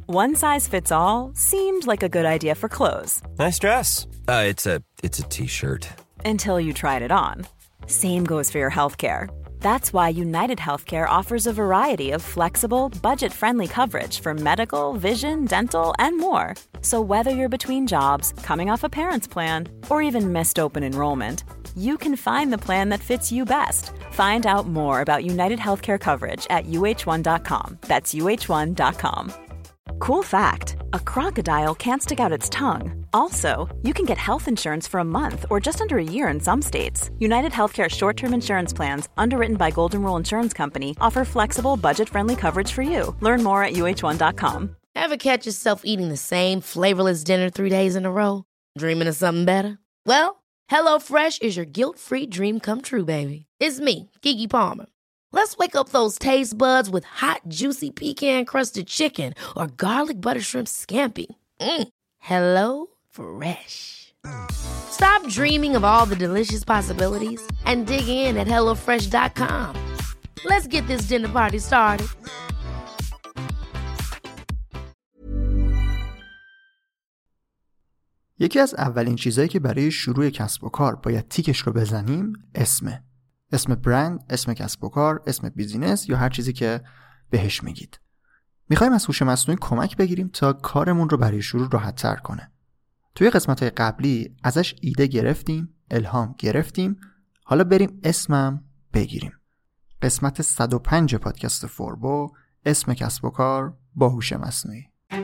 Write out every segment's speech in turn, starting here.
One size fits all seemed like a good idea for clothes. Nice dress. It's a t-shirt. Until you tried it on. Same goes for your healthcare. That's why United Healthcare offers a variety of flexible, budget-friendly coverage for medical, vision, dental, and more. So whether you're between jobs, coming off a parent's plan, or even missed open enrollment, you can find the plan that fits you best. Find out more about United Healthcare coverage at uh1.com. That's uh1.com. Cool fact, a crocodile can't stick out its tongue. Also, you can get health insurance for a month or just under a year in some states. United Healthcare short-term insurance plans, underwritten by Golden Rule Insurance Company, offer flexible, budget-friendly coverage for you. Learn more at uh1.com. Ever catch yourself eating the same flavorless dinner 3 days in a row? Dreaming of something better? Well, HelloFresh is your guilt-free dream come true, baby. It's me, Keke Palmer. Let's wake up those taste buds with hot, juicy pecan-crusted chicken or garlic butter shrimp scampi. Hello Fresh. Stop dreaming of all the delicious possibilities and dig in at HelloFresh.com. Let's get this dinner party started. یکی از اولین چیزایی که برای شروع کسب و کار باید تیکش رو بزنیم اسمه. اسم برند، اسم کسب و کار، اسم بیزینس یا هر چیزی که بهش میگید. میخوایم از هوش مصنوعی کمک بگیریم تا کارمون رو برای شروع راحت تر کنه. توی قسمت‌های قبلی ازش ایده گرفتیم، الهام گرفتیم، حالا بریم اسمم بگیریم. قسمت 105 پادکست فوربو، اسم کسب و کار با هوش مصنوعی.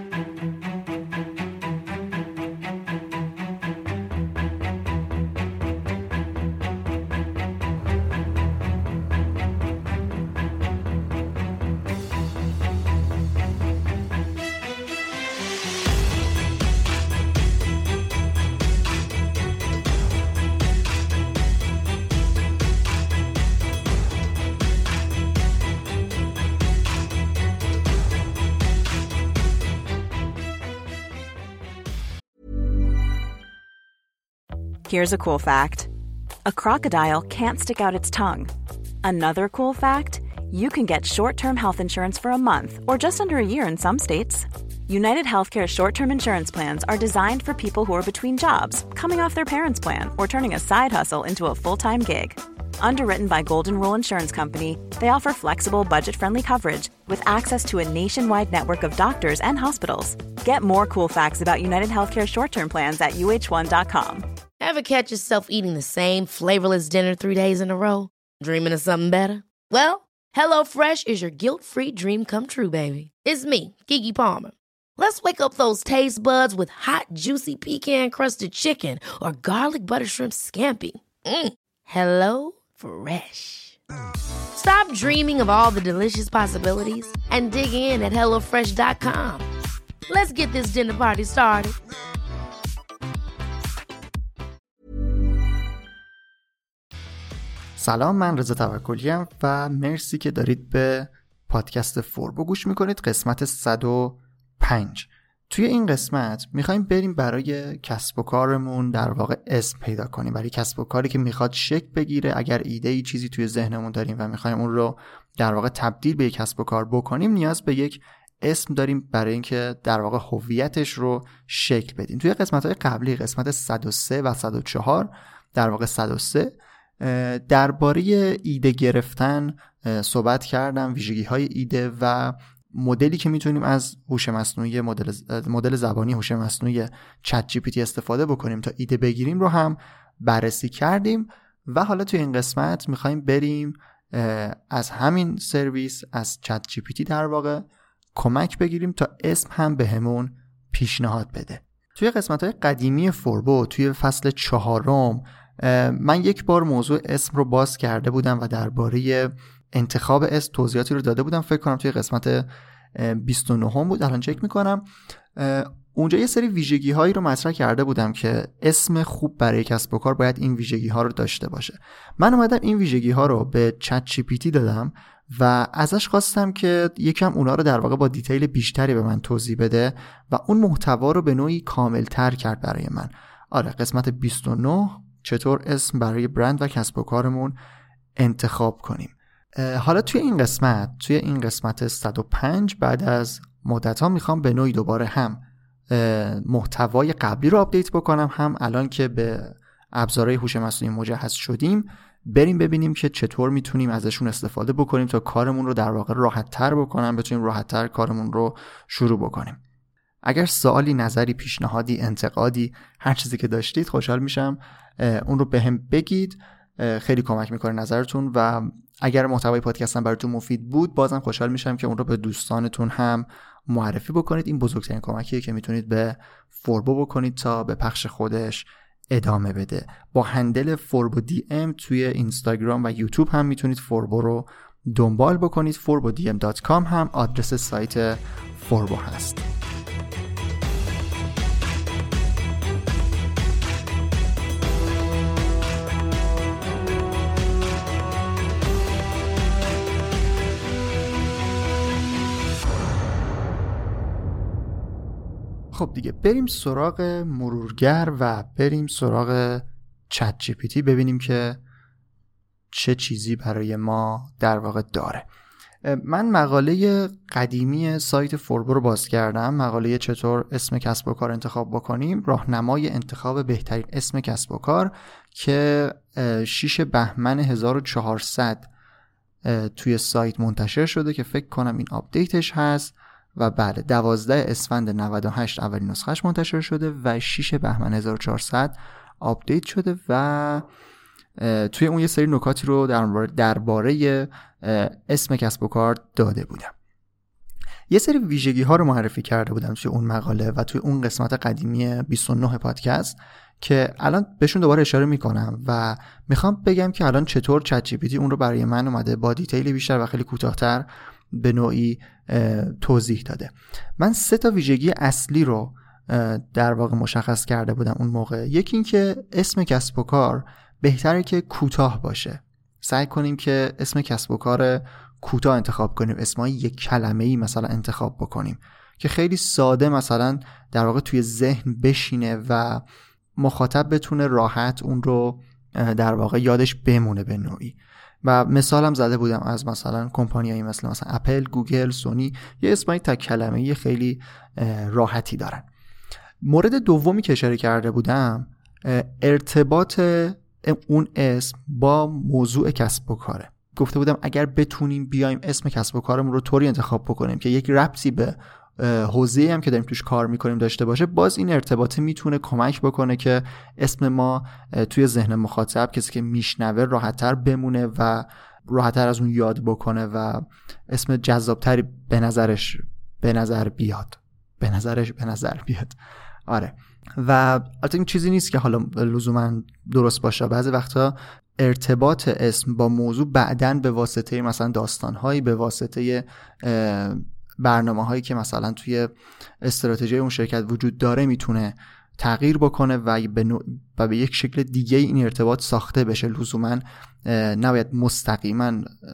Here's a cool fact. A crocodile can't stick out its tongue. Another cool fact, you can get short-term health insurance for a month or just under a year in some states. United Healthcare short-term insurance plans are designed for people who are between jobs, coming off their parents' plan, or turning a side hustle into a full-time gig. Underwritten by Golden Rule Insurance Company, they offer flexible, budget-friendly coverage with access to a nationwide network of doctors and hospitals. Get more cool facts about United Healthcare short-term plans at uh1.com. Ever catch yourself eating the same flavorless dinner 3 days in a row? Dreaming of something better? Well, HelloFresh is your guilt-free dream come true, baby. It's me, Keke Palmer. Let's wake up those taste buds with hot, juicy pecan-crusted chicken or garlic butter shrimp scampi. Hello Fresh. Stop dreaming of all the delicious possibilities and dig in at HelloFresh.com. Let's get this dinner party started. سلام، من رضا توکلی‌ام و مرسی که دارید به پادکست فوربو گوش میکنید. قسمت 105. توی این قسمت میخوایم بریم برای کسب و کارمون در واقع اسم پیدا کنیم، برای کسب و کاری که میخواد شکل بگیره. اگر ایده‌ای چیزی توی ذهنمون داریم و میخوایم اون رو در واقع تبدیل به یک کسب و کار بکنیم، نیاز به یک اسم داریم برای اینکه در واقع هویتش رو شکل بدیم. توی قسمت‌های قبلی، قسمت 103 و 104، در واقع 103 درباره ایده گرفتن صحبت کردم، ویژگی‌های ایده و مدلی که میتونیم از هوش مصنوعی مدل زبانی هوش مصنوعی چت جی پی تی استفاده بکنیم تا ایده بگیریم رو هم بررسی کردیم. و حالا توی این قسمت میخوایم بریم از همین سرویس، از چت جی پی تی در واقع کمک بگیریم تا اسم هم بهمون پیشنهاد بده. توی قسمت‌های قدیمی فوربو، توی فصل 4 من یک بار موضوع اسم رو باز کرده بودم و درباره انتخاب اسم توضیحاتی رو داده بودم. فکر کنم توی قسمت 29 بود، الان چک میکنم. اونجا یه سری ویژگی هایی رو مطرح کرده بودم که اسم خوب برای کسب و کار باید این ویژگی ها رو داشته باشه. من اومدم این ویژگی ها رو به چت جی پی تی دادم و ازش خواستم که یکم اونا رو در واقع با دیتیل بیشتری به من توضیح بده و اون محتوا رو به نوعی کامل تر کرد برای من. آره، قسمت 29 چطور اسم برای برند و کسب و کارمون انتخاب کنیم. حالا توی این قسمت 105 بعد از مدت‌ها میخوام به نوعی دوباره هم محتوای قبلی رو آپدیت بکنم، هم الان که به ابزارهای هوش مصنوعی مجهز شدیم بریم ببینیم که چطور میتونیم ازشون استفاده بکنیم تا کارمون رو در واقع راحت‌تر بکنیم، بتونیم راحت‌تر کارمون رو شروع بکنیم. اگر سوالی، نظری، پیشنهادی، انتقادی، هر چیزی که داشتید خوشحال میشم اون رو بهم بگید. خیلی کمک میکنه نظرتون و اگر محتوای پادکستم براتون مفید بود بازم خوشحال میشم که اون رو به دوستانتون هم معرفی بکنید. این بزرگترین کمکیه که میتونید به فوربو بکنید تا به پخش خودش ادامه بده. با هندل فوربو دی ام توی اینستاگرام و یوتیوب هم میتونید فوربو رو دنبال بکنید. forbodm.com هم آدرس سایت فوربو هست. خب دیگه بریم سراغ مرورگر و بریم سراغ چت جی پی تی ببینیم که چه چیزی برای ما در واقع داره. من مقاله قدیمی سایت فوربو رو باز کردم، مقاله چطور اسم کسب و کار انتخاب بکنیم، راهنمای انتخاب بهترین اسم کسب و کار که 6 بهمن 1400 توی سایت منتشر شده که فکر کنم این آپدیتش هست و بله 12 اسفند 98 اولین نسخهش منتشر شده و 6 بهمن 1400 آپدیت شده و توی اون یه سری نکاتی رو درباره اسم کسب و کار داده بودم. یه سری ویژگی ها رو معرفی کرده بودم توی اون مقاله و توی اون قسمت قدیمی 29 پادکست که الان بهشون دوباره اشاره میکنم و میخوام بگم که الان چطور چت جی پی تی اون رو برای من اومده با دیتیل بیشتر و خیلی کوتاه‌تر به نوعی توضیح داده. من 3 تا ویژگی اصلی رو در واقع مشخص کرده بودم اون موقع. یکی این که اسم کسب و کار بهتره که کوتاه باشه. سعی کنیم که اسم کسب و کار کوتاه انتخاب کنیم، اسمای یک کلمه‌ای مثلا انتخاب بکنیم که خیلی ساده مثلا در واقع توی ذهن بشینه و مخاطب بتونه راحت اون رو در واقع یادش بمونه به نوعی. و مثالم زده بودم از مثلا کمپانیایی مثلا اپل، گوگل، سونی، یه اسمای تک کلمه‌ای خیلی راحتی دارن. مورد دومی که اشاره کرده بودم ارتباط اون اسم با موضوع کسب و کاره. گفته بودم اگر بتونیم بیایم اسم کسب و کارمون رو طوری انتخاب بکنیم که یک ربطی به حوزه‌ای هم که داریم توش کار میکنیم داشته باشه، باز این ارتباطه میتونه کمک بکنه که اسم ما توی ذهن مخاطب، کسی که میشنوه، راحت‌تر بمونه و راحت‌تر از اون یاد بکنه و اسم جذابتری به نظر بیاد. آره. و البته این چیزی نیست که حالا لزوما درست باشه. بعضی وقتا ارتباط اسم با موضوع بعداً به واسطه مثلا داستان‌هایی، به واسطه برنامه‌هایی که مثلا توی استراتژی اون شرکت وجود داره میتونه تغییر بکنه و به یک شکل دیگه این ارتباط ساخته بشه. لزوما نباید مستقیما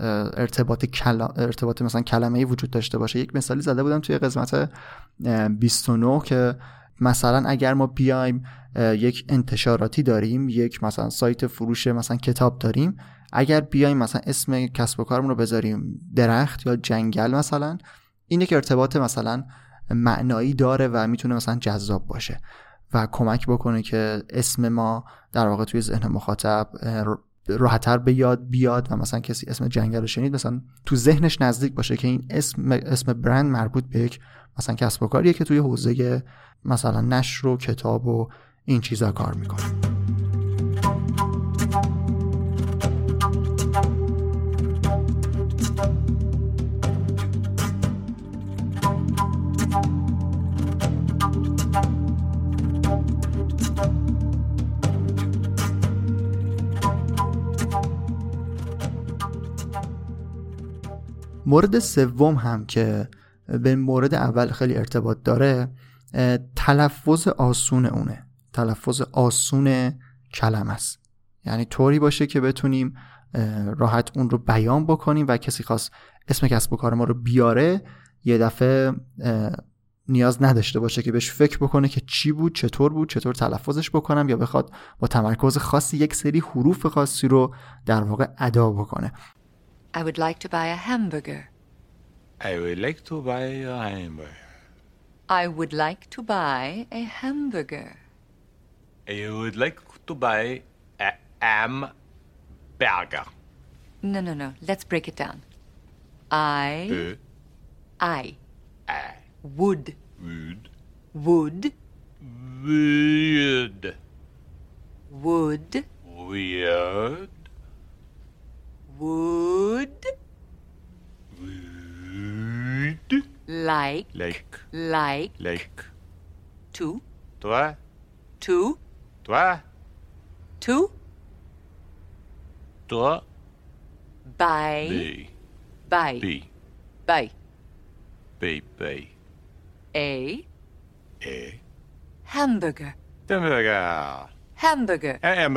ارتباط مثلا کلمه‌ای وجود داشته باشه. یک مثالی زده بودم توی قسمت 29 که مثلا اگر ما بیایم یک انتشاراتی داریم، یک مثلا سایت فروش مثلا کتاب داریم، اگر بیایم مثلا اسم کسب و کارمون رو بذاریم درخت یا جنگل مثلا، این یک ارتباط مثلا معنایی داره و میتونه مثلا جذاب باشه و کمک بکنه که اسم ما در واقع توی ذهن مخاطب راحت‌تر به یاد بیاد و مثلا کسی اسم جنگل رو شنید مثلا تو ذهنش نزدیک باشه که این اسم برند مربوط به یک مثلا کسب و کاریه که توی حوزه مثلا نشر و کتاب و این چیزا کار میکنه. مورد سوم هم که به مورد اول خیلی ارتباط داره، تلفظ آسون اونه. تلفظ آسون کلمه است. یعنی طوری باشه که بتونیم راحت اون رو بیان بکنیم و کسی خواست اسم کسب و کار ما رو بیاره یه دفعه نیاز نداشته باشه که بهش فکر بکنه که چی بود، چطور تلفظش بکنم، یا بخواد با تمرکز خاصی یک سری حروف خاصی رو در واقع ادا بکنه. I would like to buy a hamburger. I would like to buy a hamburger. I would like to buy a hamburger. I would like to buy a hamburger. No. Let's break it down. I would Would weird would weird would weird like to toi buy a hamburger. Hamburger.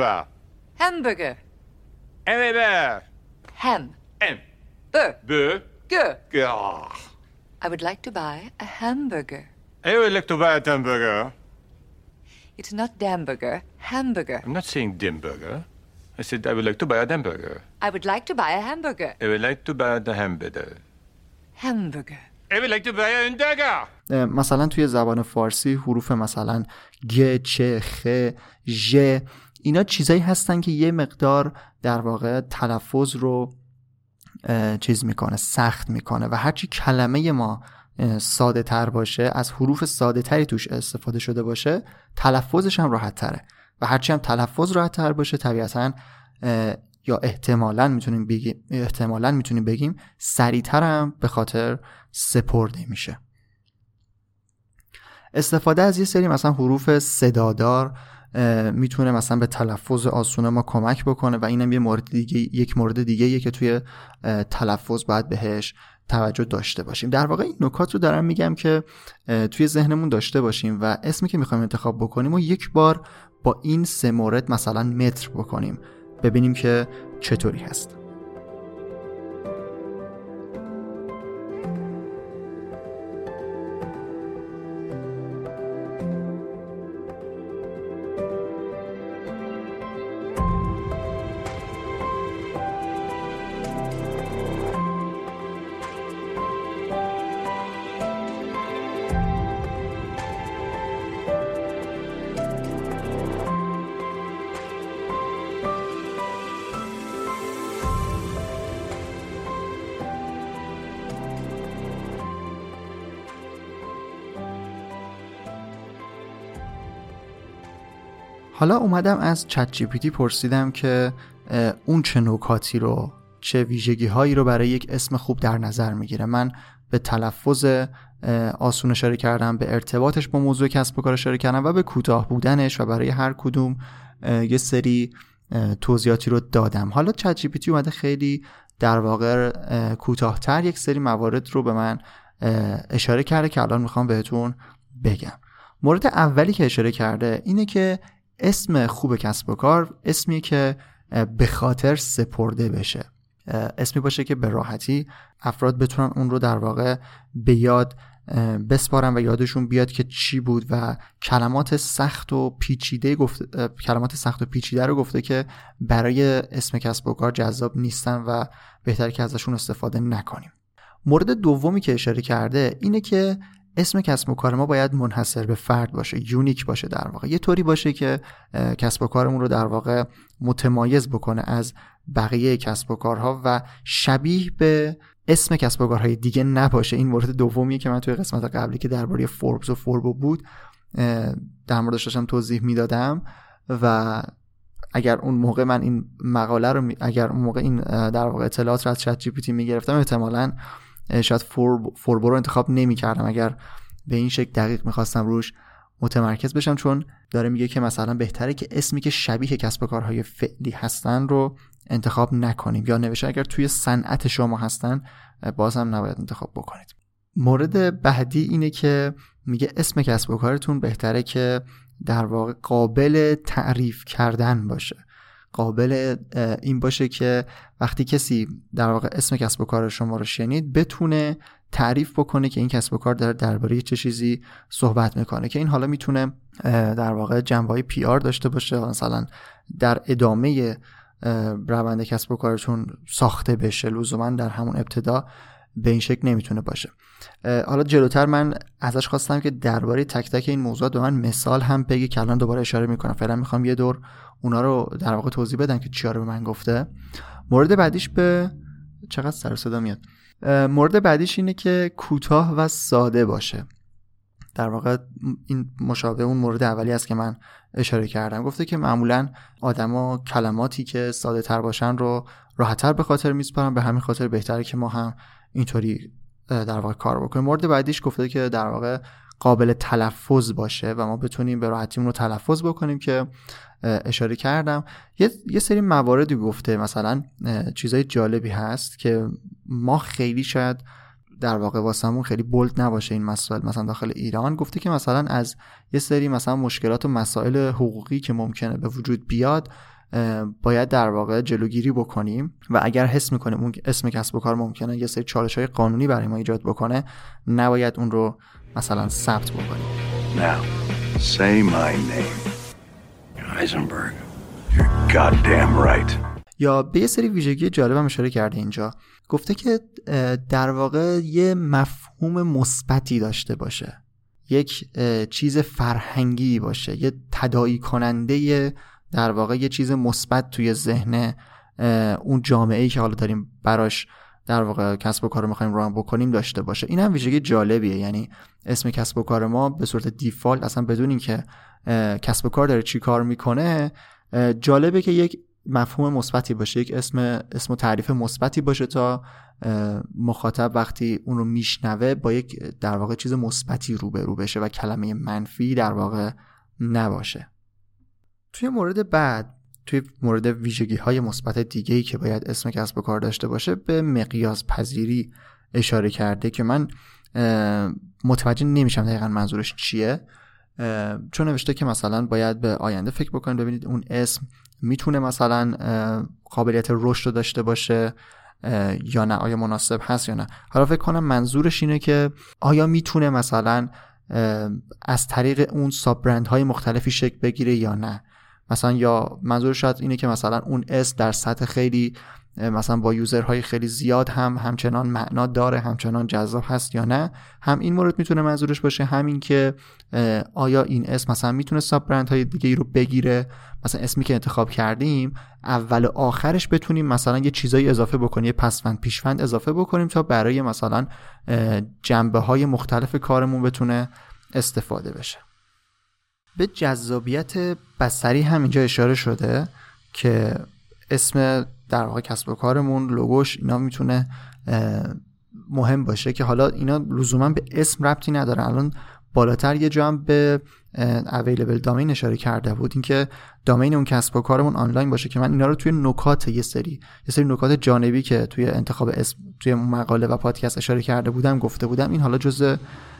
I would like to buy a hamburger. I would like to buy a hamburger. It's not Damburger, hamburger. I'm not saying Dimburger. I said I would like to buy a hamburger. I would like to buy a hamburger. I would like to buy the hamburger. Hamburger. I would like to buy a hamburger. مثلا توی زبان فارسی حروف مثلا گ، چ، خ، ژ اینا چیزایی هستن که یه مقدار در واقع تلفظ رو چیز میکنه، سخت میکنه و هرچی کلمه ما ساده تر باشه، از حروف ساده تری توش استفاده شده باشه، تلفظش هم راحت تره و هرچی هم تلفظ راحت تر باشه طبیعتاً یا احتمالاً میتونیم بگیم سریعتر هم به خاطر سپرده میشه. استفاده از یه سری مثلا حروف صدادار میتونه مثلا به تلفظ آسون ما کمک بکنه و اینم یک مورد دیگه که توی تلفظ باید بهش توجه داشته باشیم. در واقع این نکات رو دارم میگم که توی ذهنمون داشته باشیم و اسمی که میخوایم انتخاب بکنیم و یک بار با این 3 مورد مثلا متر بکنیم، ببینیم که چطوری هست. حالا اومدم از چت جی پی تی پرسیدم که اون چه نکاتی رو، چه ویژگی هایی رو برای یک اسم خوب در نظر میگیره. من به تلفظ آسون اشاره کردم، به ارتباطش با موضوع کسب و کار اشاره کردم و به کوتاه بودنش و برای هر کدوم یه سری توضیحاتی رو دادم. حالا چت جی پی تی اومده خیلی در واقع کوتاه‌تر یک سری موارد رو به من اشاره کرده که الان میخوام بهتون بگم. مورد اولی که اشاره کرده اینه که اسم خوب کسب و کار اسمیه که به خاطر سپرده بشه، اسمی باشه که به راحتی افراد بتونن اون رو در واقع به یاد بسپارن و یادشون بیاد که چی بود و کلمات سخت و پیچیده رو گفته که برای اسم کسب و کار جذاب نیستن و بهتره که ازشون استفاده نکنیم. مورد دومی که اشاره کرده اینه که اسم کسب و کار ما باید منحصر به فرد باشه، یونیک باشه، در واقع یه طوری باشه که کسب و کارمون رو در واقع متمایز بکنه از بقیه کسب و کارها و شبیه به اسم کسب و کارهای دیگه نباشه. این مورد دومیه که من توی قسمت قبلی که درباره فوربس و فوربو بود در موردش داشتم توضیح میدادم و اگر اون موقع من این مقاله رو اگر اون موقع این در واقع اطلاعات رو از چت جی پی تی میگرفتم احتمالاً شاید فوربو رو انتخاب نمی کردم اگر به این شکل دقیق میخواستم روش متمرکز بشم، چون داره میگه که مثلا بهتره که اسمی که شبیه کسب و کارهای فعلی هستن رو انتخاب نکنیم یا نوشته اگر توی صنعت شما هستن باز هم نباید انتخاب بکنید. مورد بعدی اینه که میگه اسم کسب و کارتون بهتره که در واقع قابل تعریف کردن باشه، قابل این باشه که وقتی کسی در واقع اسم کسب و کار شما رو شنید بتونه تعریف بکنه که این کسب و کار داره درباره چه چیزی صحبت میکنه، که این حالا میتونه در واقع جنبه‌های پی آر داشته باشه، مثلا در ادامه روند کسب و کارتون ساخته بشه، لزوما در همون ابتدا به این شکل نمیتونه باشه. حالا جلوتر من ازش خواستم که درباره تک تک این موضوعات به من مثال هم بگی که الان دوباره اشاره میکنم. فعلا میخوام یه دور اونا رو در واقع توضیح بدم که چیا رو به من گفته. مورد بعدیش چقدر سر و صدا میاد. مورد بعدیش اینه که کوتاه و ساده باشه. در واقع این مشابه اون مورد اولی است که من اشاره کردم. گفته که معمولا آدما کلماتی که ساده تر باشن رو راحت‌تر به خاطر میسپارن، به همین خاطر بهتره که ما هم اینطوری در واقع کار بکنیم. مورد بعدیش گفته که در واقع قابل تلفظ باشه و ما بتونیم به راحتی اون رو تلفظ بکنیم که اشاره کردم. یه سری مواردی گفته، مثلا چیزای جالبی هست که ما خیلی شاید در واقع واسمون خیلی بولد نباشه این مسائل. مثلا داخل ایران گفته که مثلا از یه سری مثلا مشکلات و مسائل حقوقی که ممکنه به وجود بیاد باید در واقع جلوگیری بکنیم و اگر حس میکنیم اون اسم کسب و کار ممکنه یه سری چالش‌های قانونی برای ما ایجاد بکنه، نباید اون رو مثلا ثبت بکنیم. Now, say my name. Heisenberg. You're goddamn right. یا به یه سری ویژگی جالب هم اشاره کرده اینجا. گفته که در واقع یه مفهوم مثبتی داشته باشه، یک چیز فرهنگی باشه، یه تداعی کننده در واقع یه چیز مثبت توی ذهن اون جامعه‌ای که حالا داریم براش در واقع کسب و کار رو می‌خوایم ران بکنیم داشته باشه. این هم ویژگی جالبیه. یعنی اسم کسب و کار ما به صورت دیفالت اصلا بدون اینکه کسب و کار داره چی کار میکنه، جالبه که یک مفهوم مثبتی باشه، یک اسم و تعریف مثبتی باشه تا مخاطب وقتی اون رو میشنوه با یک در واقع چیز مثبتی روبرو بشه و کلمه منفی در واقع نباشه. توی مورد بعد، توی مورد ویژگی‌های مثبت دیگه‌ای که باید اسم کسب و کار داشته باشه، به مقیاس پذیری اشاره کرده که من متوجه نمیشم دقیقاً منظورش چیه. چون نوشته که مثلا باید به آینده فکر بکنید، ببینید اون اسم میتونه مثلا قابلیت رشد رو داشته باشه یا نه، آیا مناسب هست یا نه. حالا فکر کنم منظورش اینه که آیا میتونه مثلا از طریق اون ساب برند های مختلفی شکل بگیره یا نه. مثلا یا منظورش شاید اینه که مثلا اون اسم در سطح خیلی مثلا با یوزرهای خیلی زیاد همچنان معنا داره، همچنان جذاب هست یا نه. هم این مورد میتونه منظورش باشه، همین که آیا این اسم مثلا میتونه ساب برند های دیگه ای رو بگیره، مثلا اسمی که انتخاب کردیم اول و آخرش بتونیم مثلا یه چیزایی اضافه بکنیم، یه پسوند پیشوند اضافه بکنیم تا برای مثلا جنبه های مختلف کارمون بتونه استفاده بشه. به جذابیت بصری هم اینجا اشاره شده که اسم در واقع کسب و کارمون، لوگوش، اینا میتونه مهم باشه که حالا اینا لزوما به اسم ربطی نداره. الان بالاتر یه جا هم به اویلیبل دامین اشاره کرده بود، اینکه دامین اون کسب و کارمون آنلاین باشه، که من اینا رو توی نکات یه سری نکات جانبی که توی انتخاب اسم توی مقاله و پادکست اشاره کرده بودم گفته بودم. این حالا جزء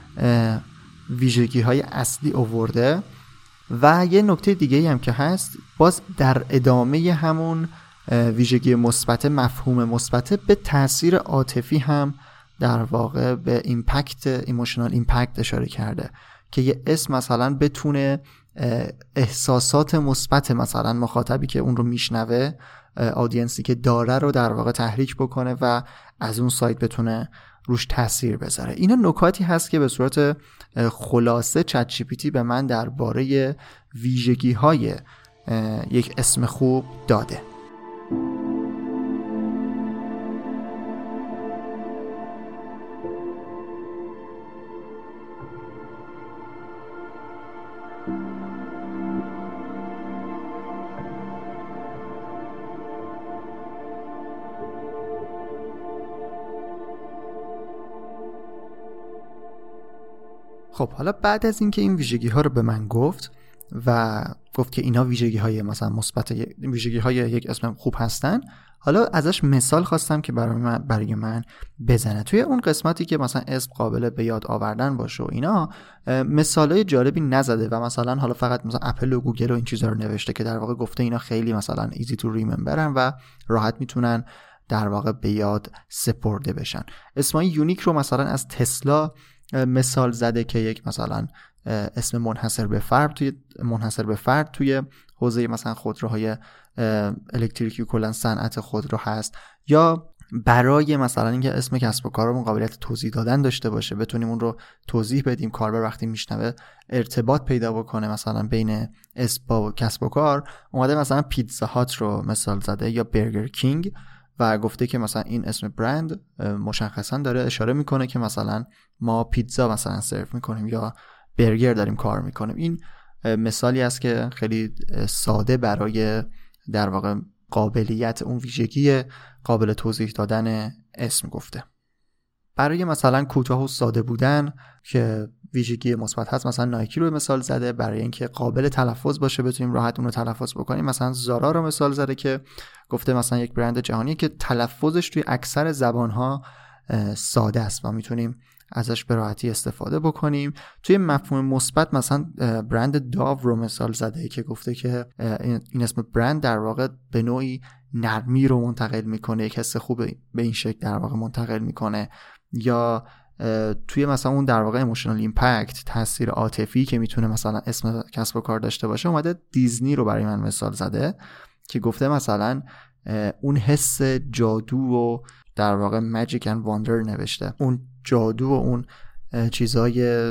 ویژگی‌های اصلی آورده. و یه نکته دیگه هم که هست، باز در ادامه همون ویژگی مثبت، مفهوم مثبت، به تاثیر عاطفی هم در واقع به ایمپکت، ایموشنال ایمپکت اشاره کرده که یه اسم مثلا بتونه احساسات مثبت مثلا مخاطبی که اون رو میشنوه، آدینسی که داره رو در واقع تحریک بکنه و از اون سایت بتونه روش تاثیر بذاره. اینا نکاتی هست که به صورت خلاصه چت جی پی تی به من درباره ویژگی‌های یک اسم خوب داده. خب حالا بعد از اینکه این ویژگی ها رو به من گفت و گفت که اینا ویژگی های مثلا مثبت، ویژگی های یک اسم خوب هستن، حالا ازش مثال خواستم که برای من بزنه. توی اون قسمتی که مثلا اسم قابل به یاد آوردن باشه و اینا، مثالای جالبی نزده و مثلا حالا فقط مثلا اپل و گوگل و این چیزا رو نوشته که در واقع گفته اینا خیلی مثلا ایزی تو ریممبرن و راحت میتونن در واقع به یاد سپرده بشن. اسمای یونیک رو مثلا از تسلا مثال زده که یک مثلا اسم منحصر به فرد توی حوزه مثلا خودروهای الکتریکی کلا صنعت خودرو هست، یا برای مثلا اینکه اسم کسب و کارمون قابلیت توضیح دادن داشته باشه، بتونیم اون رو توضیح بدیم، کاربر وقتی میشنوه ارتباط پیدا بکنه مثلا بین اسم با کسب و کار، اومده مثلا پیتزا هات رو مثال زده یا برگر کینگ و گفته که مثلا این اسم برند مشخصا داره اشاره میکنه که مثلا ما پیتزا مثلا سرو میکنیم یا برگر داریم کار میکنیم. این مثالی است که خیلی ساده برای در واقع قابلیت اون ویژگی قابل توضیح دادن اسم گفته. برای مثلا کوتاه و ساده بودن که ویژگی مثبت هست، مثلا نایکی رو مثال زده برای اینکه قابل تلفظ باشه بتونیم راحت اون رو تلفظ بکنیم. مثلا زارا رو مثال زده که گفته مثلا یک برند جهانی که تلفظش توی اکثر زبان‌ها ساده است و میتونیم ازش به راحتی استفاده بکنیم. توی مفهوم مثبت مثلا برند داو رو مثال زده که گفته که این اسم برند در واقع به نوعی نرمی رو منتقل میکنه، یک حس خوب به این شکل در واقع منتقل میکنه. یا توی مثلا اون در واقع ایموشنال ایمپکت، تاثیر عاطفی که میتونه مثلا اسم کسب و کار داشته باشه، اومده دیزنی رو برای من مثال زده که گفته مثلا اون حس جادو و در واقع ماجیک اند واندر نوشته، اون جادو و اون چیزای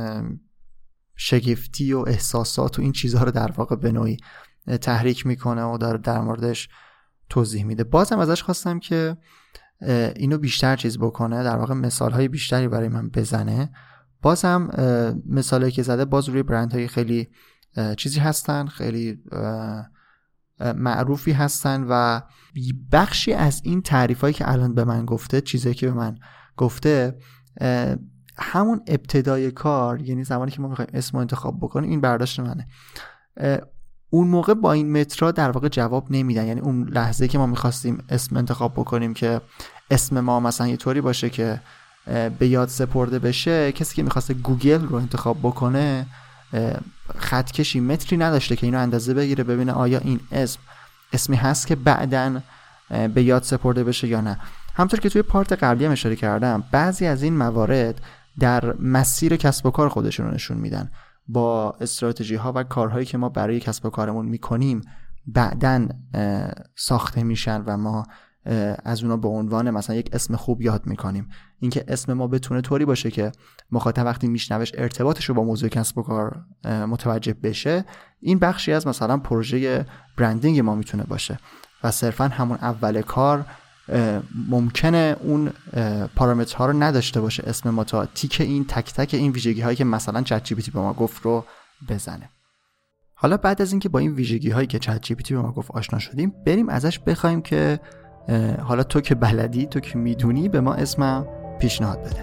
شگفتی و احساسات و این چیزها رو در واقع به نوعی تحریک میکنه و داره در موردش توضیح میده. بازم ازش خواستم که اینو بیشتر چیز بکنه، در واقع مثالهای بیشتری برای من بزنه. بازم مثالایی که زده باز روی برندهای خیلی چیزی هستن، خیلی معروفی هستن و بخشی از این تعریفایی که الان به من گفته، چیزایی که به من گفته همون ابتدای کار، یعنی زمانی که ما میخوایم اسم رو انتخاب بکنیم، این برداشت منه، اون موقع با این مترا در واقع جواب نمیدن. یعنی اون لحظه که ما میخواستیم اسم انتخاب بکنیم که اسم ما مثلا یه طوری باشه که به یاد سپرده بشه، کسی که میخواسته گوگل رو انتخاب بکنه خطکشی متری نداشته که اینو اندازه بگیره ببینه آیا این اسمی هست که بعدن به یاد سپرده بشه یا نه. همطور که توی پارت قبلی هم اشاره کردم، بعضی از این موارد در مسیر کسب و کار خودشون رو نشون میدن. با استراتژی ها و کارهایی که ما برای کسب و کارمون میکنیم بعدن ساخته میشن و ما از اونا به عنوان مثلا یک اسم خوب یاد میکنیم. اینکه اسم ما بتونه طوری باشه که مخاطب وقتی میشنوش ارتباطش رو با موضوع کسب و کار متوجه بشه، این بخشی از مثلا پروژه برندینگ ما میتونه باشه و صرفا همون اول کار ممکنه اون پارامترها رو نداشته باشه اسم ما تا تیک این تک تک این ویژگی هایی که مثلا چت جی پی تی به ما گفت رو بزنه. حالا بعد از اینکه با این ویژگی هایی که چت جی پی تی به ما گفت آشنا شدیم، بریم ازش بخوایم که حالا تو که بلدی، تو که میدونی، به ما اسم پیشنهاد بده.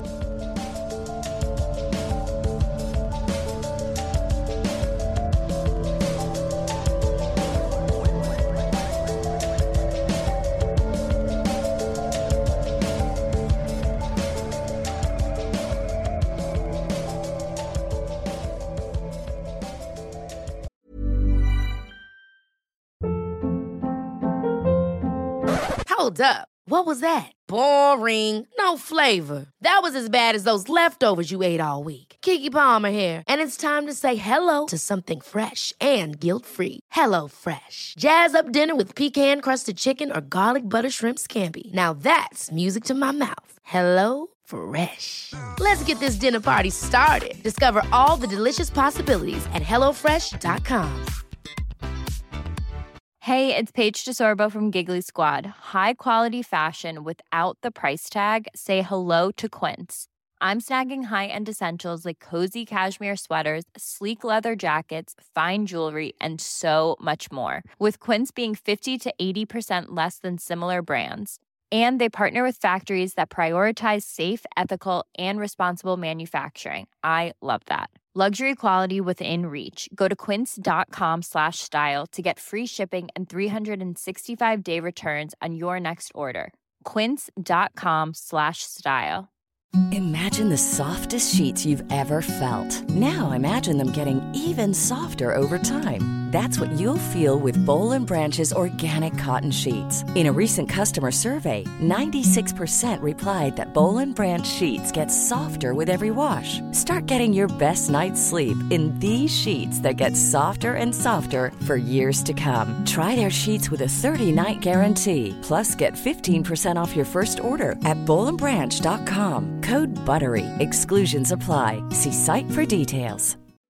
Hold up. What was that? Boring. No flavor. That was as bad as those leftovers you ate all week. Keke Palmer here, and it's time to say hello to something fresh and guilt-free. Hello Fresh. Jazz up dinner with pecan-crusted chicken or garlic butter shrimp scampi. Now that's music to my mouth. Hello Fresh. Let's get this dinner party started. Discover all the delicious possibilities at hellofresh.com. Hey, it's Paige DeSorbo from Giggly Squad. High quality fashion without the price tag. Say hello to Quince. I'm snagging high-end essentials like cozy cashmere sweaters, sleek leather jackets, fine jewelry, and so much more. With Quince being 50 to 80% less than similar brands. And they partner with factories that prioritize safe, ethical, and responsible manufacturing. I love that. Luxury quality within reach. Go to quince.com/style to get free shipping and 365-day returns on your next order. Quince.com/style. Imagine the softest sheets you've ever felt. Now imagine them getting even softer over time. That's what you'll feel with Boll & Branch's organic cotton sheets. In a recent customer survey, 96% replied that Boll & Branch sheets get softer with every wash. Start getting your best night's sleep in these sheets that get softer and softer for years to come. Try their sheets with a 30-night guarantee. Plus, get 15% off your first order at bollandbranch.com. Code BUTTERY. Exclusions apply. See site for details.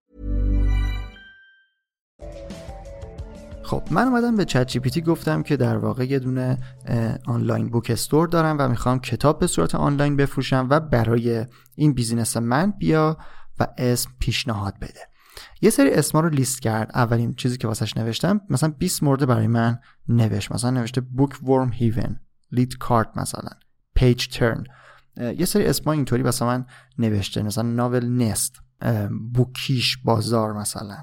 خب من اومدم به چت جی پی تی گفتم که در واقع یه دونه آنلاین بوک استور دارم و میخوام کتاب به صورت آنلاین بفروشم و برای این بیزینس من بیا و اسم پیشنهاد بده. یه سری اسما رو لیست کرد. اولین چیزی که واسش نوشتم مثلا 20 مورد برای من نوشت. مثلا نوشته Bookworm Heaven، Lead Cart، مثلا Page Turn. یه سری اسما اینطوری واسه من نوشته، مثلا ناول نست، بوکیش بازار، مثلا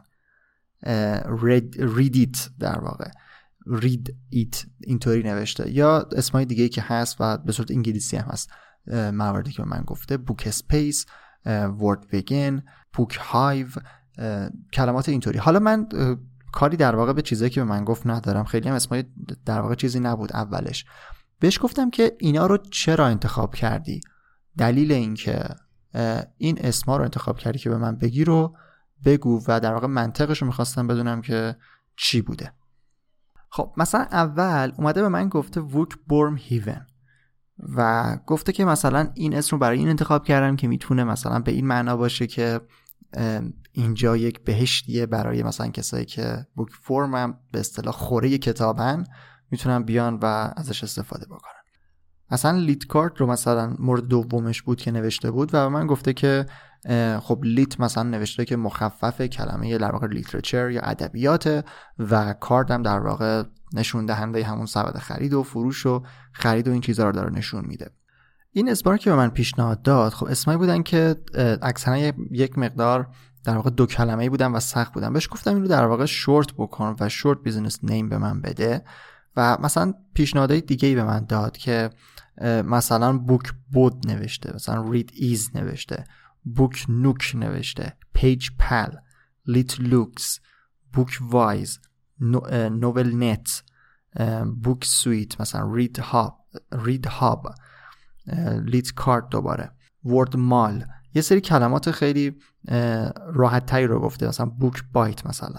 read it، در واقع read it اینطوری نوشته، یا اسمای دیگه‌ای که هست و به صورت انگلیسی هم هست مواردی که من گفته، بوک اسپیس، ورد بگین، بوک هایو، کلمات اینطوری. حالا من کاری در واقع به چیزایی که به من گفت ندارم، خیلی هم اسمای در واقع چیزی نبود اولش. بهش گفتم که اینا رو چرا انتخاب کردی، دلیل این که این اسما رو انتخاب کردی که به من بگی رو بگو، و در واقع منطقش رو میخواستم بدونم که چی بوده. خب مثلا اول اومده به من گفته Bookworm Heaven و گفته که مثلا این اسم رو برای این انتخاب کردم که میتونه مثلا به این معنا باشه که اینجا یک بهشتیه برای مثلا کسایی که بوک فرم هم به اصطلاح خوره کتابن، میتونن بیان و ازش استفاده بکنن. مثلا لیت کارت رو مثلا مورد دومش بود که نوشته بود و به من گفته که خب لیت مثلا نوشته که مخفف کلمه در واقع لیترچر یا ادبیات، و کارت هم در واقع نشون دهنده همون سبد خرید و فروش و خرید و این چیزا رو داره نشون میده. این اسما که به من پیشنهاد داد خب اسمایی بودن که اکثرا یک مقدار در واقع دو کلمه‌ای بودن و سخت بودن. بهش گفتم اینو در واقع شورت بکن و شورت بیزنس نیم به من بده، و مثلا پیشنهادهای دیگه‌ای به من داد که مثلا بوک بود نوشته، مثلا رید ایز نوشته، بوک نوک نوشته، پیج پل، لیت لوکس، بوک وایز، نوول نت، بوک سویت، مثلا رید هاب، لیت کارت، دوباره ورد مال. یه سری کلمات خیلی راحت تری رو گفته، مثلا بوک بایت مثلا.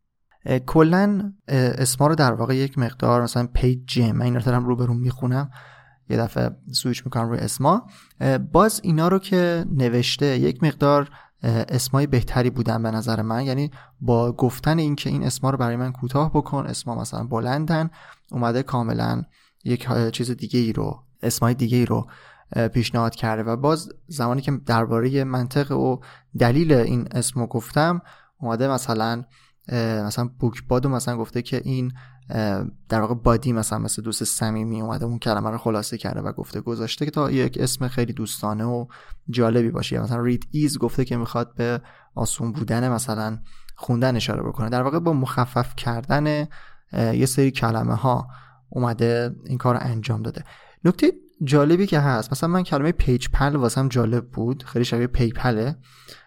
کلن اسما رو در واقع یک مقدار مثلا پیج جم، من این رو دارم رو برون میخونم، یه دفعه سویچ میکنم روی اسما، باز اینا رو که نوشته یک مقدار اسمای بهتری بودن به نظر من. یعنی با گفتن این که این اسما رو برای من کوتاه بکن، اسما مثلا بلندن، اومده کاملا یک چیز دیگه ای رو، اسمای دیگه ای رو پیشنهاد کرده. و باز زمانی که درباره منطق و دلیل این اسمو گفتم، اومده مثلا بوک بادو مثلا گفته که این در واقع بادی مثل دوست صمیمی، اومده اون کلمه رو خلاصه کرده و گفته گذاشته که تا یک اسم خیلی دوستانه و جالبی باشه. مثلا رید ایز گفته که میخواد به آسون بودن مثلا خوندن اشاره بکنه. در واقع با مخفف کردن یه سری کلمه ها اومده این کار رو انجام داده. نکته جالبی که هست، مثلا من کلمه پیج پل واسم جالب بود، خیلی شبیه پیپله.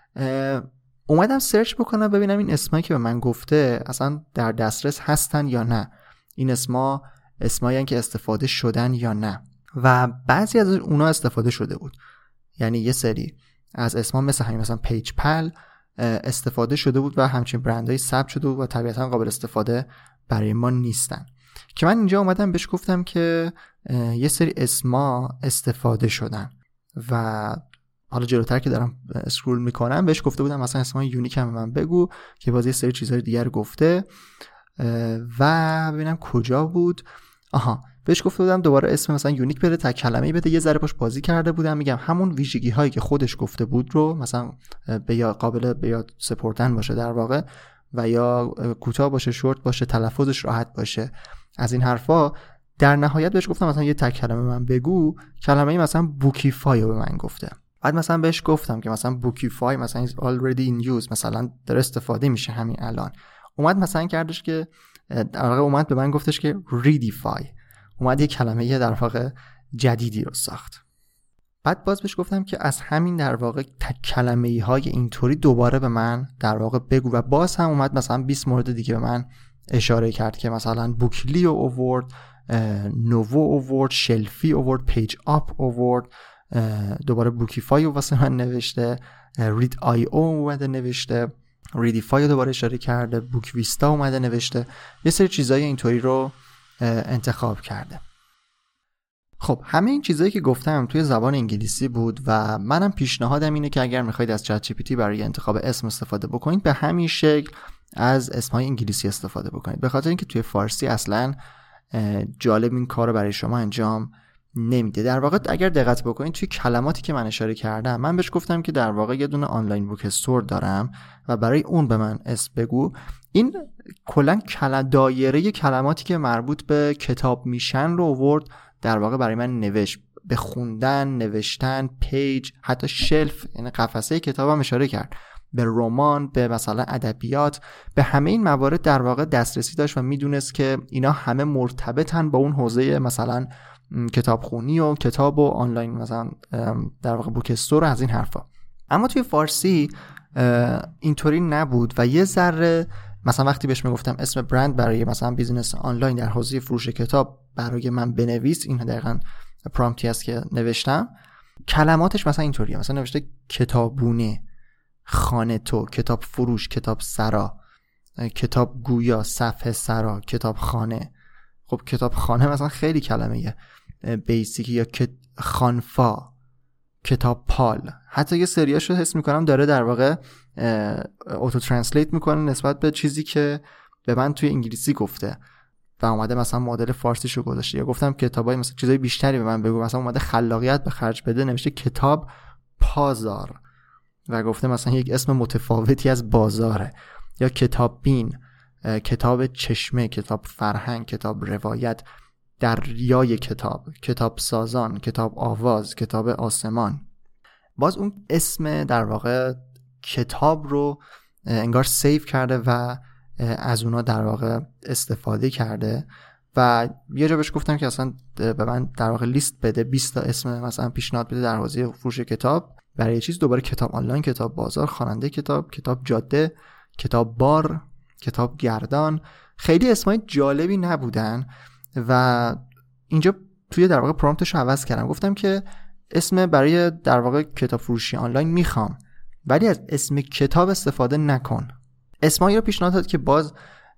اومدم سرچ بکنم ببینم این اسمایی که به من گفته اصلا در دسترس هستن یا نه، این اسمایی که استفاده شدن یا نه. و بعضی از اونا استفاده شده بود، یعنی یه سری از اسما مثل همین مثلا پیج پل استفاده شده بود و همچین برندهای ثبت شده بود و طبیعتا قابل استفاده برای ما نیستن. که من اینجا اومدم بهش گفتم که یه سری اسما استفاده شدن، و حالا جلوتر که دارم اسکرول میکنم بهش گفته بودم مثلا اسمای یونیک هم من بگو، که باز یه سری چیزهای دیگر رو گفته. و ببینم کجا بود، بهش گفته بودم دوباره اسم مثلا یونیک بده، تا کلمه‌ای بده. یه ذره باش بازی کرده بودم، میگم همون ویژگی هایی که خودش گفته بود رو مثلا به یا قابل به یاد سپردن باشه در واقع، و یا کوتاه باشه، شورت باشه، تلفظش راحت باشه، از این حرفا. در نهایت بهش گفتم مثلا یه تک کلمه من بگو، کلمه‌ای مثلا بوکیفای رو به من گفته. بعد مثلا بهش گفتم که مثلا بوکیفای مثلا is already in use، مثلا داره استفاده میشه همین الان. اومد مثلا کردش که در واقع اومد به من گفتش که ریدیفای، اومد یه کلمه در واقع جدیدی رو ساخت. بعد باز بهش گفتم که از همین در واقع تک کلمه‌ای های اینطوری دوباره به من در واقع بگو و باز هم اومد مثلا 20 مورد دیگه به من اشاره کرد که مثلا بوکلیو اوورد، نوو اوورد، شلفی اوورد، پیج آپ اوورد، دوباره بوکیفای واسه من نوشته، رید آی او اومده نوشته، ریدیفای دوباره اشاره کرده، بوک ویستا اومده نوشته، یه سری چیزای اینطوری رو انتخاب کرده. خب همه این چیزایی که گفتم توی زبان انگلیسی بود و منم پیشنهادم اینه که اگر میخواید از چت جی پی تی برای انتخاب اسم استفاده بکنید به همین شکل از اسمهای انگلیسی استفاده بکنید، به خاطر اینکه توی فارسی اصلا جالب این کارو برای شما انجام نمیده. در واقع اگر دقت بکنید توی کلماتی که من اشاره کردم، من بهش گفتم که در واقع یه دونه آنلاین بوک استور دارم و برای اون به من اسم بگو. این کلا دایره کلماتی که مربوط به کتاب میشن رو آورد در واقع برای من نوشت، به خوندن، نوشتن، پیج، حتی شلف یعنی قفسه کتابم اشاره کرد، به رمان، به مثلا ادبیات، به همه این موارد در واقع دسترسی داشت و میدونست که اینا همه مرتبطن با اون حوزه مثلا کتابخونی و کتاب و آنلاین مثلا در واقع بوک استور از این حرفا. اما توی فارسی اینطوری نبود و یه ذره مثلا وقتی بهش میگفتم اسم برند برای مثلا بیزینس آنلاین در حوزه فروش کتاب برای من بنویس، این دقیقاً پرامپتی است که نوشتم، کلماتش مثلا اینطوریه، مثلا نوشته کتابونه، خانه تو، کتاب فروش، کتاب سرا، کتاب گویا، صفحه سرا، کتاب خانه. خب کتاب خانه مثلا خیلی کلمه بیسیکی، یا خانفا، کتاب پال، حتی یه سریاشو حس میکنم داره در واقع اوتو ترنسلیت میکنه نسبت به چیزی که به من توی انگلیسی گفته و اومده مثلا مدل فارسیشو گذاشته. یا گفتم کتابای مثلا چیزای بیشتری به من بگو، مثلا اومده خلاقیت به خرج بده، نوشته کتاب پازار و گفته مثلا یک اسم متفاوتی از بازاره. یا کتاب بین، کتاب چشمه، کتاب فرهنگ، کتاب روایت، دریای کتاب، کتاب سازان، کتاب آواز، کتاب آسمان. باز اون اسم در واقع کتاب رو انگار سیو کرده و از اونا در واقع استفاده کرده و یه جا بهش گفتم که اصلا به من در واقع لیست بده، 20 تا اسم مثلا پیشنهاد بده در حوزه فروش کتاب برای یه چیز. دوباره کتاب آنلاین، کتاب بازار، خواننده کتاب، کتاب جاده، کتاب بار، کتاب گردان. خیلی اسمای جالبی نبودن و اینجا توی در واقع پرومپتش رو عوض کردم، گفتم که اسم برای در واقع کتاب فروشی آنلاین میخوام ولی از اسم کتاب استفاده نکن. اسمایی رو پیشنهاد داد که باز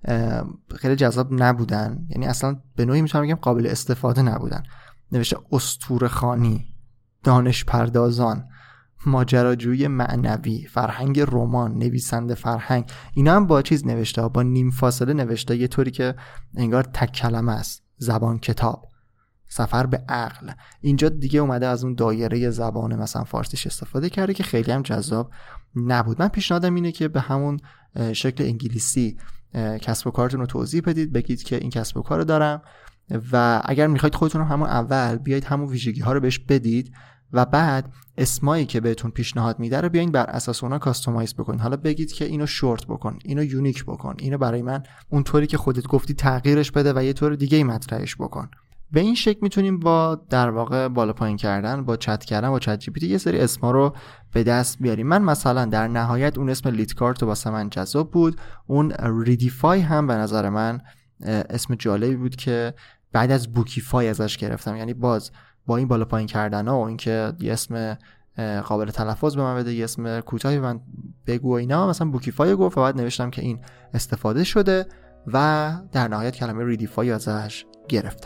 خیلی جذاب نبودن، یعنی اصلا به نوعی میتونم بگم قابل استفاده نبودن. نوشته اسطوره‌خوانی، دانش پردازان، ماجراجویی معنوی، فرهنگ رمان، نویسنده فرهنگ. اینا هم با چیز نوشته، با نیم فاصله نوشته، یه طوری که انگار تک کلمه است. زبان کتاب، سفر به عقل. اینجا دیگه اومده از اون دایره زبان مثلا فارسیش استفاده کرده که خیلی هم جذاب نبود. من پیشنهادم اینه که به همون شکل انگلیسی کسب و کارتون رو توضیح بدید، بگید که این کسب و کار دارم و اگر میخواید خودتون رو همون اول بیایید همون ویژگی ها رو بهش بدید و بعد اسمایی که بهتون پیشنهاد میده رو بیاین بر اساس اونها کاستومایز بکنید. حالا بگید که اینو شورت بکن، اینو یونیک بکن، اینو برای من اونطوری که خودت گفتی تغییرش بده و یه طور دیگه ای مطرحش بکن. به این شکل میتونیم با در واقع بالا پایین کردن، با چت کردن با چت جی پی تی یه سری اسما رو به دست بیاریم. من مثلا در نهایت اون اسم لیدکارت واسه من جذاب بود، اون ریدیفای هم به نظر من اسم جالبی بود که بعد از بوکیفای ازش گرفتم. یعنی باز با این بالا پایین کردن‌ها و اینکه یه اسم قابل تلفظ به من بده، یه اسم کوتاهی به من بگو و اینا، مثلا بوکیفای گفت و بعد نوشتم که این استفاده شده و در نهایت کلمه ریدیفای ازش گرفتم.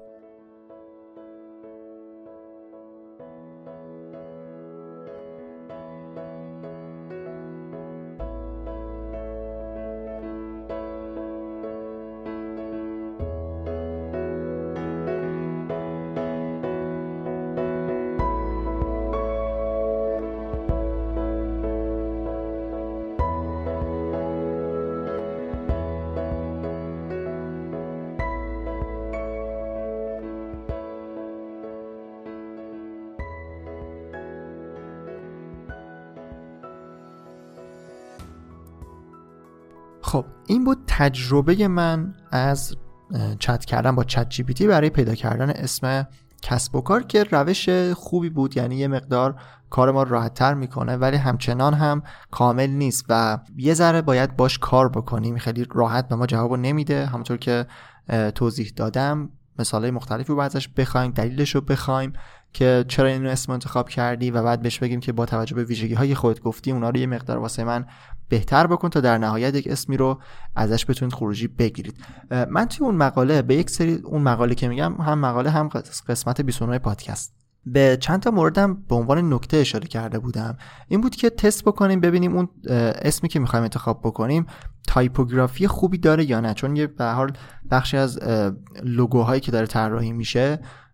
خب این بود تجربه من از چت کردن با چت جی پی تی برای پیدا کردن اسم کسب و کار که روش خوبی بود، یعنی یه مقدار کار ما راحت تر میکنه ولی همچنان هم کامل نیست و یه ذره باید باش کار بکنیم. خیلی راحت به ما جواب نمیده. همونطور که توضیح دادم مثالای مختلفی رو ازش بخوایم، دلیلش رو بخوایم که چرا اینو اسم انتخاب کردی و بعد بهش بگیم که با توجه به ویژگی‌های خودت گفتی اونا رو یه مقدار واسه من بهتر بکن تا در نهایت یک اسمی رو ازش بتونید خروجی بگیرید. من توی اون مقاله به یک سری اون مقاله که میگم هم مقاله هم قسمت 29 پادکست به چند تا موردم به عنوان نکته اشاره کرده بودم. این بود که تست بکنیم ببینیم اون اسمی که میخوایم انتخاب بکنیم تایپوگرافی خوبی داره یا نه، چون یه به هر حال بخشی از لوگوهایی که داره طراحی میشه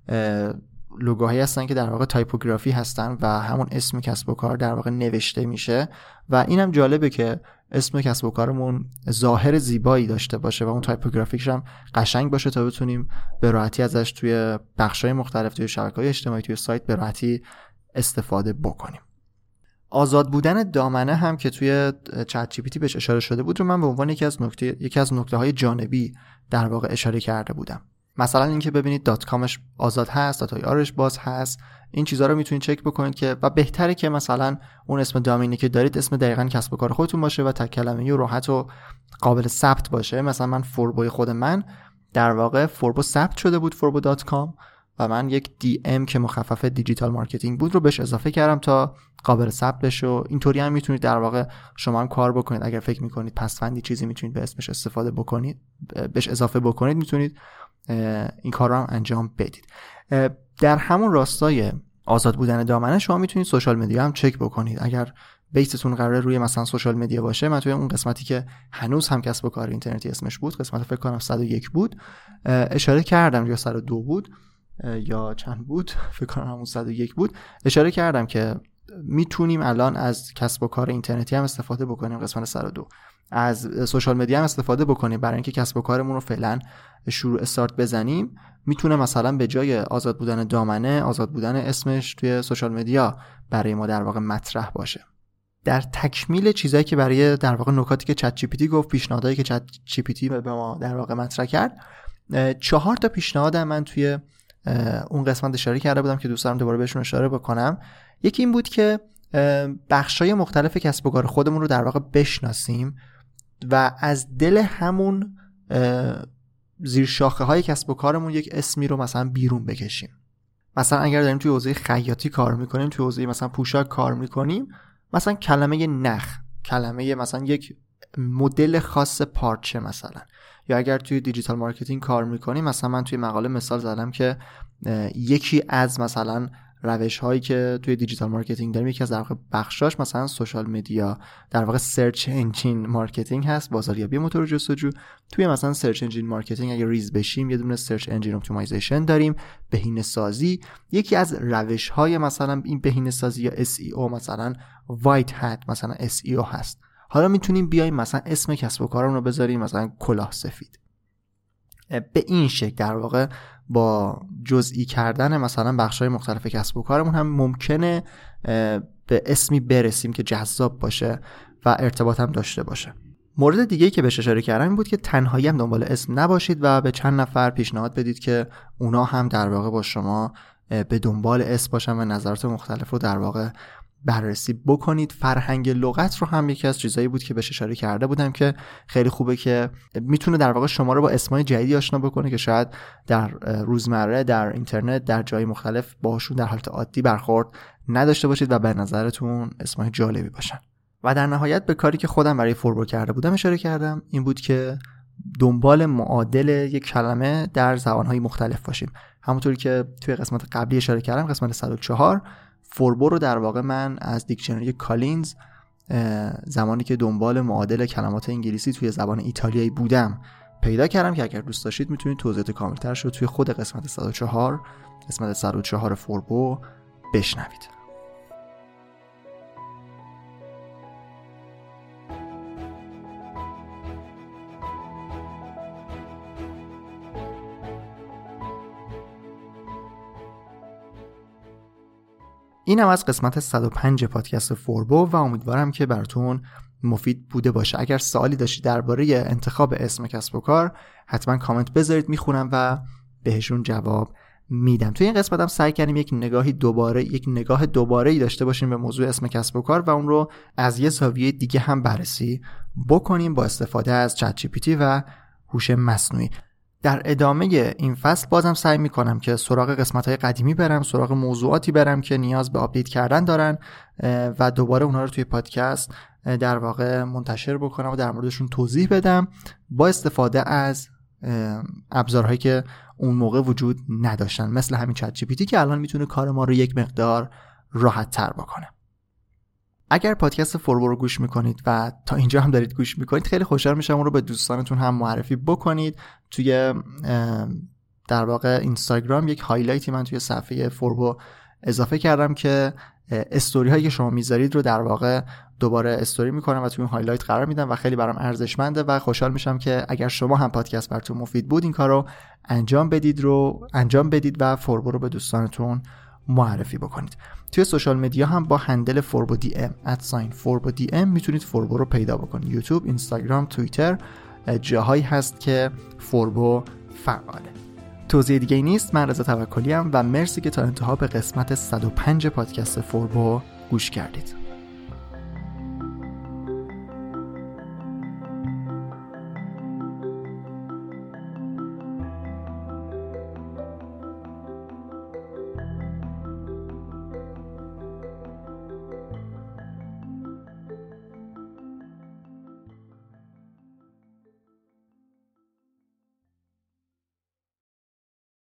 لوگوهایی هستن که در واقع تایپوگرافی هستن و همون اسم کسب و کار در واقع نوشته میشه و اینم جالبه که اسم کسب و کارمون ظاهر زیبایی داشته باشه و اون تایپوگرافیکش هم قشنگ باشه تا بتونیم به راحتی ازش توی بخش‌های مختلف توی شبکه‌های اجتماعی توی سایت به راحتی استفاده بکنیم. آزاد بودن دامنه هم که توی چت جی پی تی بهش اشاره شده بود رو من به عنوان یکی از نکته‌های جانبی در واقع اشاره کرده بودم. مثلا اینکه ببینید دات کامش آزاد هست، دات آرش باز هست، این چیزها رو میتونید چک بکنید که و بهتره که مثلا اون اسم دامینی که دارید اسم دقیقاً کسب و کار خودتون باشه و تک کلمه‌ای و راحت و قابل ثبت باشه. مثلا من فوربوی خود من در واقع فوربو ثبت شده بود forbo.com و من یک دی ام که مخفف دیجیتال مارکتینگ بود رو بهش اضافه کردم تا قابل ثبت بشه. اینطوری هم میتونید در واقع شما هم کار بکنید. اگر فکر میکنید پسفندی چیزی میتونید به اسمش استفاده بکنید، بهش اضافه بکنید، میتونید این کار رو هم انجام بدید. در همون راستای آزاد بودن دامنه شما میتونید سوشال مدیا هم چک بکنید. اگر بیستون قراره روی مثلا سوشال مدیا باشه، من توی اون قسمتی که هنوز هم کسب و کار اینترنتی اسمش بود، قسمت فکر کنم 101 بود، اشاره کردم یا 102 بود یا چند بود، فکر کنم همون 101 بود، اشاره کردم که میتونیم الان از کسب و کار اینترنتی هم استفاده بکنیم. قسمت 102 از سوشال مدیا هم استفاده بکنیم برای اینکه کسب و کارمون رو فعلا شروع استارت بزنیم. میتونه مثلا به جای آزاد بودن دامنه آزاد بودن اسمش توی سوشال مدیا برای ما در واقع مطرح باشه. در تکمیل چیزایی که برای در واقع نکاتی که چت جی پی تی گفت، پیشنهادایی که چت جی پی تی به ما در واقع مطرح کرد، 4 تا پیشنهاد من توی اون قسمت اشاره کرده بودم که دوست دارم دوباره بهشون اشاره بکنم. یکی این بود که بخشای مختلف کسب و کار خودمون رو در واقع بشناسیم و از دل همون زیر شاخه های کسب و کارمون یک اسمی رو مثلا بیرون بکشیم. مثلا اگر داریم توی حوزه خیاطی کار میکنیم، توی حوزه مثلا پوشاک کار میکنیم، مثلا کلمه نخ، کلمه مثلا یک مدل خاص پارچه مثلا، یا اگر توی دیجیتال مارکتینگ کار میکنیم، مثلا من توی مقاله مثال زدم که یکی از مثلا روش هایی که توی دیجیتال مارکتینگ داریم، یکی از در واقع بخشاش مثلا سوشال مدیا، در واقع سرچ انجین مارکتینگ هست، بازاریابی موتور جستجو. توی مثلا سرچ انجین مارکتینگ اگه ریز بشیم یه دونه سرچ انجین اپتیمایزیشن داریم، بهینه سازی. یکی از روش های مثلا این بهینه سازی یا SEO مثلا وایت هات مثلا SEO هست. حالا میتونیم بیایم مثلا اسم کسب و کارمون رو بذاریم مثلا کلاه سفید. به این شکل در واقع با جزئی کردن مثلا بخش‌های مختلف کسب و کارمون هم ممکنه به اسمی برسیم که جذاب باشه و ارتباط هم داشته باشه. مورد دیگه‌ای که بهش اشاره کردم این بود که تنهایی هم دنبال اسم نباشید و به چند نفر پیشنهاد بدید که اونا هم در واقع با شما به دنبال اسم باشن و نظرات مختلف رو در واقع بررسی بکنید. فرهنگ لغت رو هم یکی از چیزایی بود که بهش اشاره کرده بودم که خیلی خوبه که میتونه در واقع شما رو با اسمای جدیدی آشنا بکنه که شاید در روزمره در اینترنت در جای مختلف باهاشون در حالت عادی برخورد نداشته باشید و به نظرتون اسمای جالبی باشن. و در نهایت به کاری که خودم برای فوربو کرده بودم اشاره کردم، این بود که دنبال معادل یک کلمه در زبان‌های مختلف باشیم. همونطوری که توی قسمت قبلی اشاره کردم، قسمت 104 فوربو رو در واقع من از دیکشنری کالینز زمانی که دنبال معادل کلمات انگلیسی توی زبان ایتالیایی بودم پیدا کردم که اگر دوست داشتید میتونید توضیحات کاملترش رو توی خود قسمت 104 قسمت 104 فوربو بشنوید. این هم از قسمت 105 پادکست فوربو و امیدوارم که براتون مفید بوده باشه. اگر سوالی داشتید درباره انتخاب اسم کسب و کار حتما کامنت بذارید، میخونم و بهشون جواب میدم. توی این قسمت هم سعی کردیم یک نگاه دوباره‌ای داشته باشیم به موضوع اسم کسب و کار و اون رو از یه زاویه دیگه هم بررسی بکنیم با استفاده از چت جی پی تی و هوش مصنوعی. در ادامه این فصل بازم سعی میکنم که سراغ قسمت‌های قدیمی برم، سراغ موضوعاتی برم که نیاز به آپدیت کردن دارن و دوباره اونها رو توی پادکست در واقع منتشر بکنم و در موردشون توضیح بدم با استفاده از ابزارهایی که اون موقع وجود نداشتن، مثل همین چت جی پی تی که الان میتونه کار ما رو یک مقدار راحت تر بکنه. اگر پادکست فوربو رو گوش میکنید و تا اینجا هم دارید گوش میکنید، خیلی خوشحال میشم اون رو به دوستانتون هم معرفی بکنید. توی در واقع اینستاگرام یک هایلایتی من توی صفحه فوربو اضافه کردم که استوری هایی که شما میذارید رو در واقع دوباره استوری میکنم و توی اون هایلایت قرار میدم و خیلی برام ارزشمنده و خوشحال میشم که اگر شما هم پادکست براتون مفید بود این کارو انجام بدید و فوربو رو به دوستانتون معرفی بکنید. توی سوشال مدیا هم با هندل فوربو دی ام @ForboDM میتونید فوربو رو پیدا بکنید. یوتیوب، اینستاگرام، توییتر جاهایی هست که فوربو فعاله. توضیح دیگه نیست. من رضا توکلی ام و مرسی که تا انتها به قسمت 105 پادکست فوربو گوش کردید.